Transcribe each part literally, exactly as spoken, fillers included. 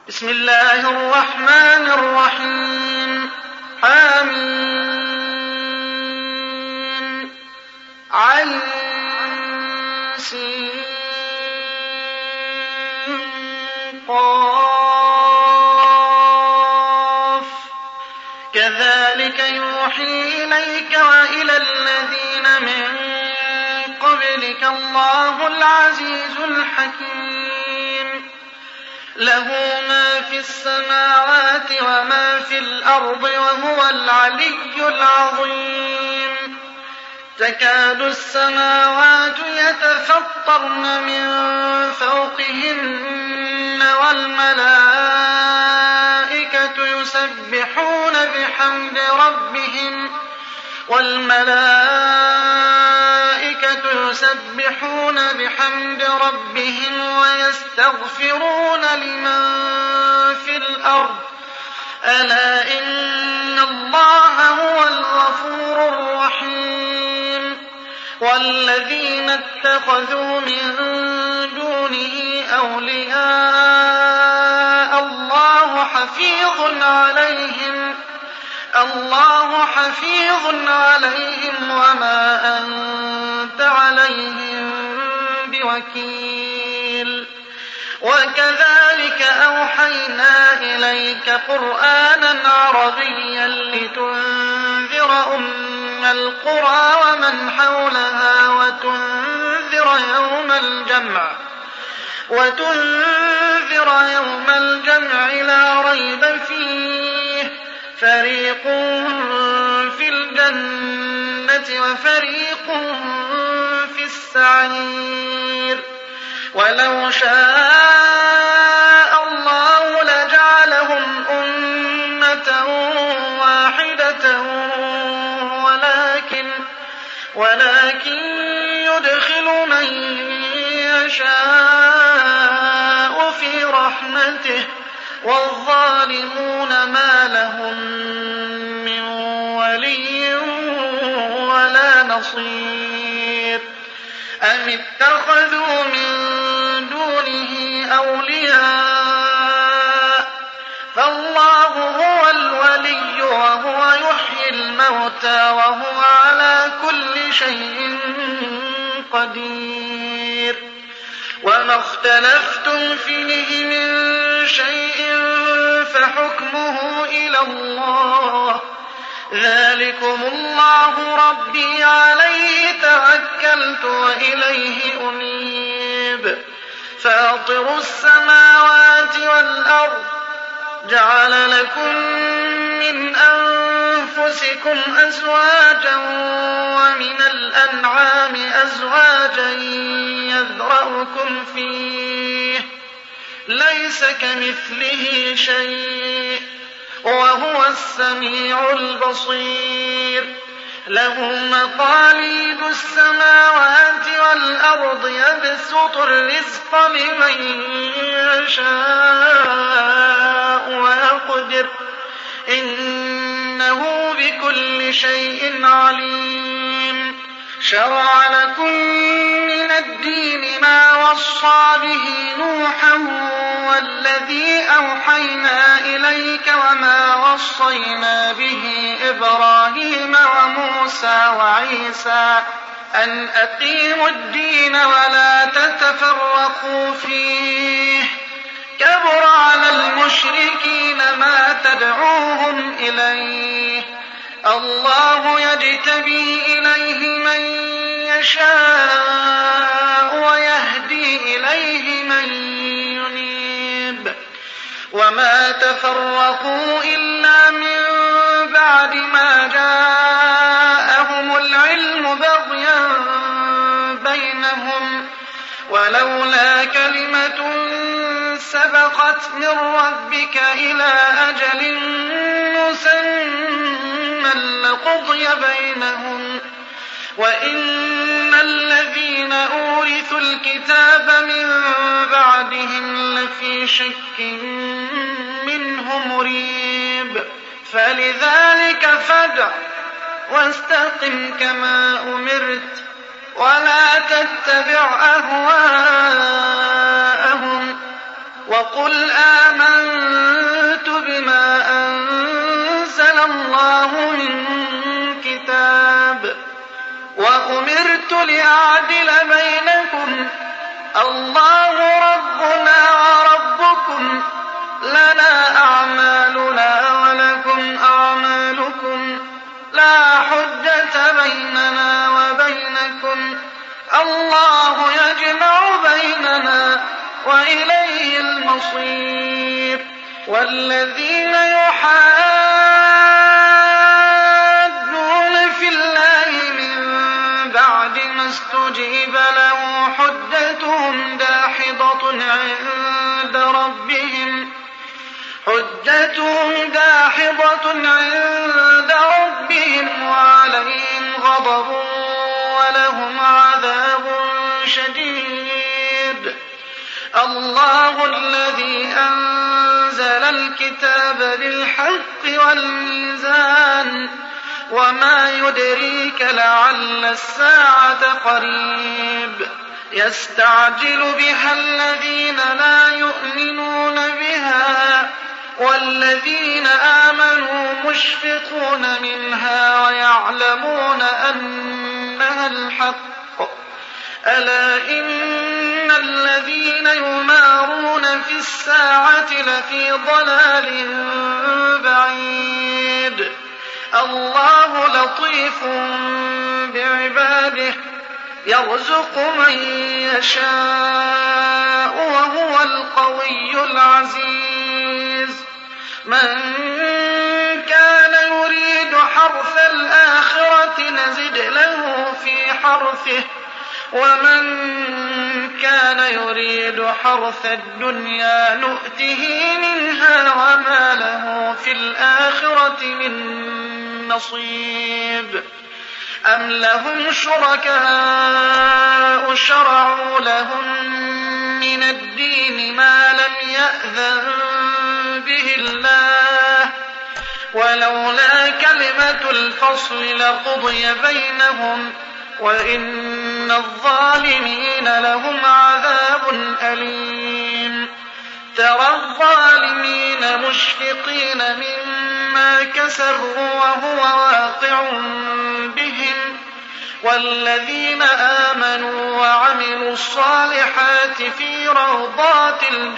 بسم الله الرحمن الرحيم. حميم عين سين قاف كذلك يوحي إليك وإلى الذين من قبلك الله العزيز الحكيم. له ما في السماوات وما في الأرض وهو العلي العظيم. تكاد السماوات يتفطرن من فوقهن والملائكة يسبحون بحمد ربهم والملائكة يسبحون بحمد ربهم ويستغفرون لمن في الأرض ألا إن الله هو الغفور الرحيم. والذين اتخذوا من دونه أولياء الله حفيظ عليهم الله حفيظ عليهم وما أنت عليهم بوكيل. وكذلك أوحينا إليك قرآنا عربيا لتنذر أم القرى ومن حولها وتنذر يوم الجمع وتنذر يوم الجمع لا ريب فيه فريق في الجنة وفريق في السعير. ولو شاء الله لجعلهم أمة واحدة ولكن ولكن يدخل من يشاء في رحمته والظالمون ما لهم من ولي ولا نصير. أم اتخذوا من دونه أولياء فالله هو الولي وهو يحيي الموتى وهو على كل شيء قدير. وما اختلفتم فيه من شيء فحكمه إلى الله ذلكم الله ربي عليه توكلت وإليه أنيب. فاطر السماوات والأرض جعل لكم من أنفسكم أزواجا ومن الأنعام أزواجا يذرأكم فيه ليس كمثله شيء وهو السميع البصير. له مقاليد السماوات والأرض يبسط الرزق لمن يشاء ويقدر إنه بكل شيء عليم. شرع لكم من الدين ما وصى به نوحا والذي أوحينا إليك وما وصينا به إبراهيم وموسى وعيسى أن أقيموا الدين ولا تتفرقوا فيه كبر على المشركين ما تدعوهم إليه. الله يجتبي إليه من يشاء ويهدي إليه من ينيب. وما تفرقوا إلا من بعد ما جاءهم العلم بغيا بينهم ولولا كلمة سبقت من ربك إلى أجل مسمى لقضي بينهم وإن الذين أورثوا الكتاب من بعدهم لفي شك منه مريب. فلذلك فادع واستقم كما أمرت ولا تتبع أهواءهم وقل آمنت الله من كتاب وأمرت لأعدل بينكم الله ربنا وربكم لنا أعمالنا ولكم أعمالكم لا حجة بيننا وبينكم الله يجمع بيننا وإليه المصير والذين يحادون في الله من بعد ما استجيب له حجتهم داحضة عند ربهم حجتهم داحضة عند ربهم وعليهم غضب ولهم عذاب شديد الله الذي أنزل الكتاب بالحق والميزان وما يدريك لعل الساعة قريب يستعجل بها الذين لا يؤمنون بها والذين آمنوا مشفقون منها ويعلمون أنها الحق ألا إن الذين يمارون في الساعة لفي ضلال بعيد الله لطيف بعباده يرزق من يشاء وهو القوي العزيز من كان يريد حرث الآخرة نزد له في حرثه ومن كان يريد حرث الدنيا نؤته منها وما له في الآخرة من نصيب أم لهم شركاء شرعوا لهم من الدين ما لم يأذن به الله ولولا كلمة الفصل لقضي بينهم وإن الظالمين لهم عذاب أليم ترى الظالمين مشفقين مما كسبوا وهو واقع بهم والذين آمنوا وعملوا الصالحات في روضات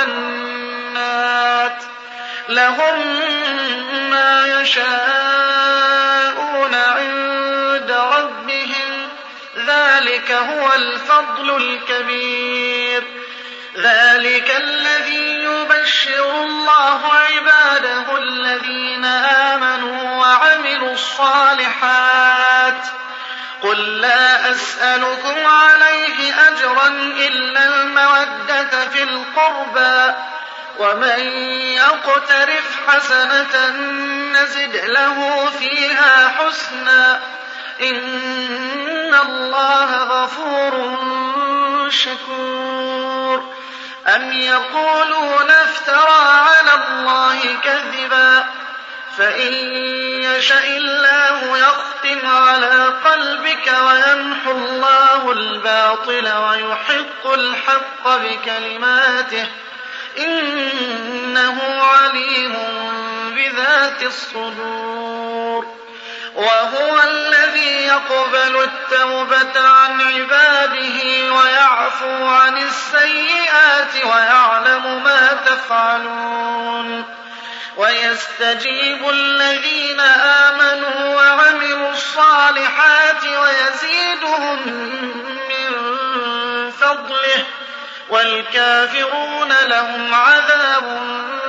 الجنات لهم ما يشاءون عند ربهم ذلك هو الفضل الكبير ذلك الذي يبشر الله عباده الذين آمنوا وعملوا الصالحات قل لا أسألكم عليه أجرا إلا المودة في القربى ومن يقترف حسنة نزد له فيها حسنا إن الله غفور شكور أم يقولون افترى على الله كذبا فإن يشأ الله يختم على قلبك ويمحو الله الباطل ويحق الحق بكلماته إنه عليم بذات الصدور وهو الذي يقبل التوبة عن عباده ويعفو عن السيئات ويعلم ما تفعلون ويستجيب الذين آمنوا وعملوا الصالحات ويزيدهم من فضله والكافرون لهم عذاب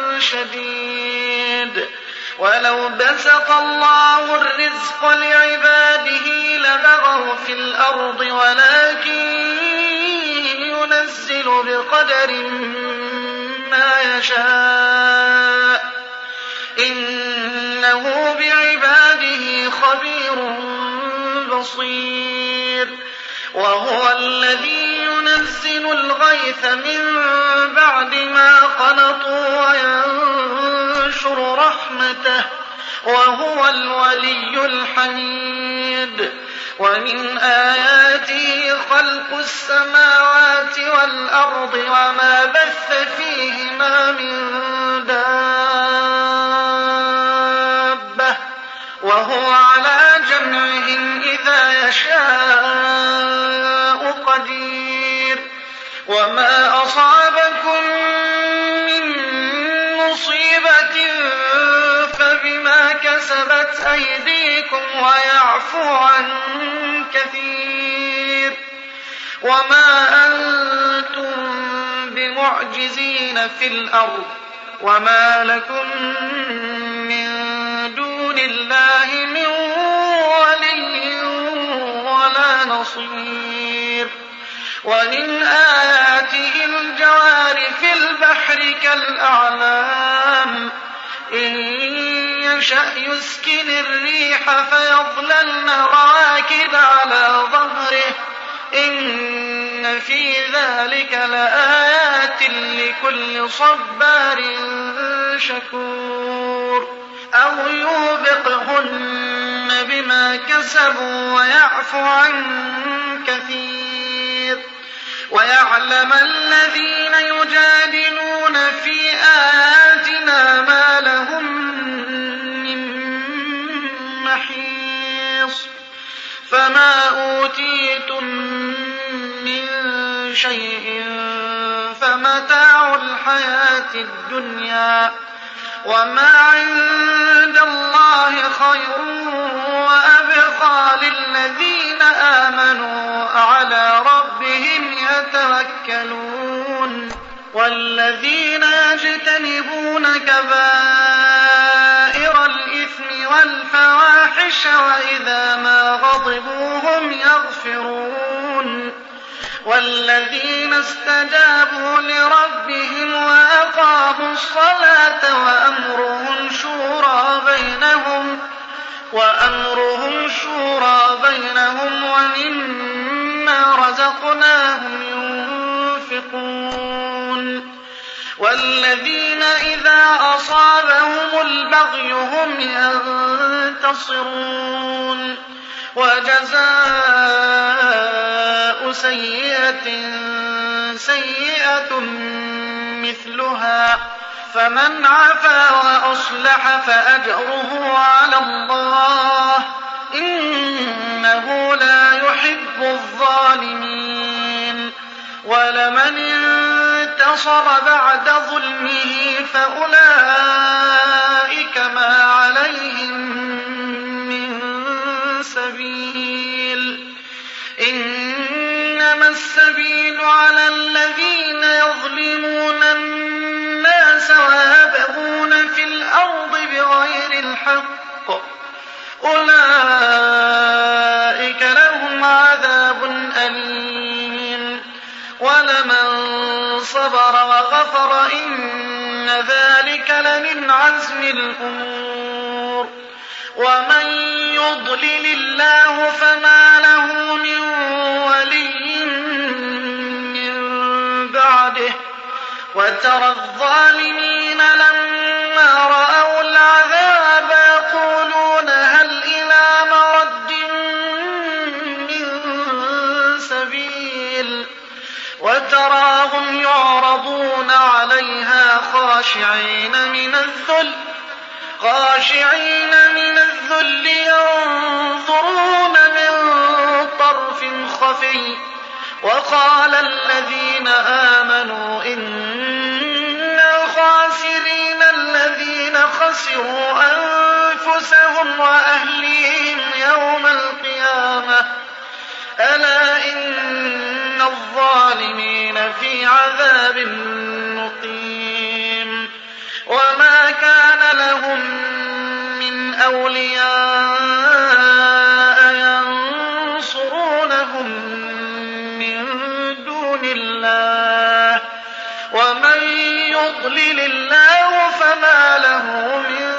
شديد ولو بسط الله الرزق لعباده لبغوا في الأرض ولكن ينزل بقدر ما يشاء إنه بعباده خبير بصير وهو الذي ينزل الغيث من بعد ما قنطوا وينشر رحمته وهو الولي الحميد ومن آياته خلق السماوات والأرض وما بث فيهما من دابة كسبت أيديكم ويعفو عن كثير. وما أنتم بمعجزين في الأرض وما لكم من دون الله من ولي ولا نصير. ومن آياته الجوار في البحر كالأعلام إن يشأ يسكن الريح فيظللن رواكد على ظهره إن في ذلك لآيات لكل صبار شكور. أو يوبقهن بما كسبوا ويعفو عن كثير. ويعلم الذين يجادلون في آياتنا ما لهم من محيص. فما أوتيتم من شيء فمتاع الحياة الدنيا وما عند الله خير وأبقى للذين آمنوا على ربهم يتوكلون. والذين يجتنبون كبائر الإثم والفواحش وإذا ما غضبوا هم يغفرون. والذين استجابوا لربهم وأقاموا الصلاة وأمرهم شورى بينهم وأمرهم شورى بينهم ومما رزقناهم ينفقون. والذين إذا أصابهم البغي هم ينتصرون. وجزاء سيئة سيئة مثلها فمن عفا وأصلح فأجره على الله إنه لا يحب الظالمين. ولمن انتصر بعد ظلمه فأولئك ما عليهم من سبيل. إنما السبيل على الذين يظلمون الناس ويبغون في الأرض بغير الحق أولئك لهم عذاب أليم. ولمن صبر وغفر إن ذلك لمن عزم الأمور. ومن يضلل الله فما له من ولي من بعده. وترى الظالمين لما رأوا العذاب يقولون هل إلى مرد من سبيل. وتراهم يعرضون عليها خاشعين من الذل خاشعين من الذل ينظرون من طرف خفي. وقال الذين آمنوا إن الخاسرين الذين خسروا أنفسهم وأهليهم يوم القيامة ألا إن الظالمين في عذاب مقيم. وما كان لهم من أولياء ينصرونهم من دون الله. ومن يضلل الله فما له من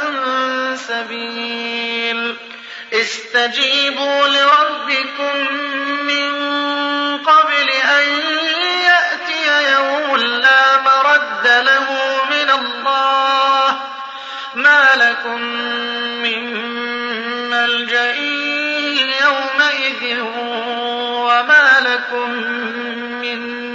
سبيل. استجيبوا لربكم من قبل أن يأتي يوم لا مرد له من الله ما لكم من ملجأ يومئذ وما لكم من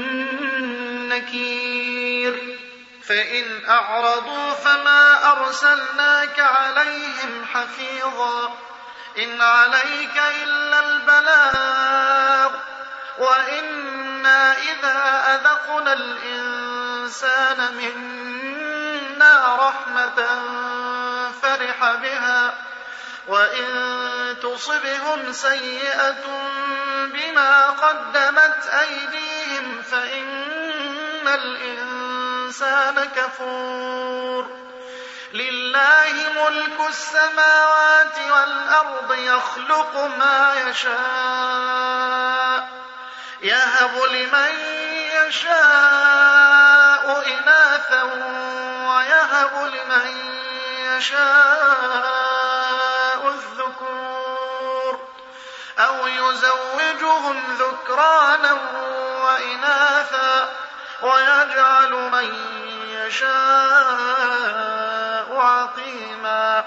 نكير. فإن أعرضوا فما أرسلناك عليهم حفيظا إن عليك إلا البلاغ. وإنا إذا أذقنا الإنسان منا رحمة فرح بها وإن تصبهم سيئة بما قدمت أيديهم فإن الإنسان كفور لله ملك السماوات والأرض يخلق ما يشاء يهب لمن يشاء إناثا ويهب لمن يشاء الذكور أو يزوجهم ذكرانا وإناثا ويجعل من يشاء عقيما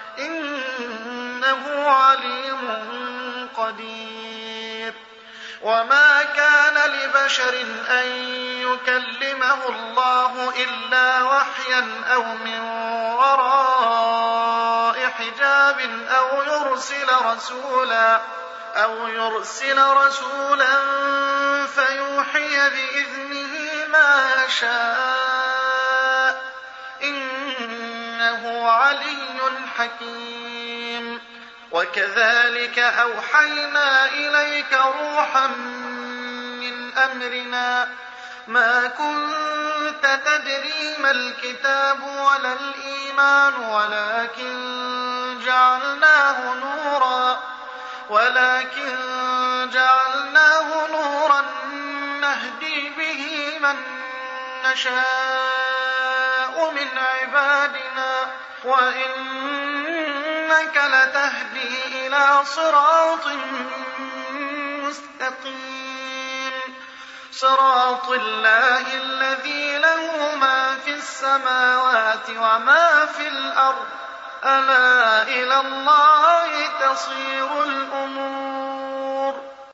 إنه عليم قدير وما كان لبشر أن يكلمه الله إلا وحيا أو من وراء حجاب أو يرسل رسولا أو يرسل رسولا فيوحي بإذنه ما يشاء إنه علي حكيم وكذلك أوحينا إليك روحا من أمرنا ما كنت تدري ما الكتاب ولا الإيمان ولكن جعلناه نورا ولكن جعلناه نورا نهدي به من نشاء من عبادنا وإنك لتهدي إلى صراط مستقيم صراط الله الذي له ما في السماوات وما في الأرض ألا إلى الله تصير الأمور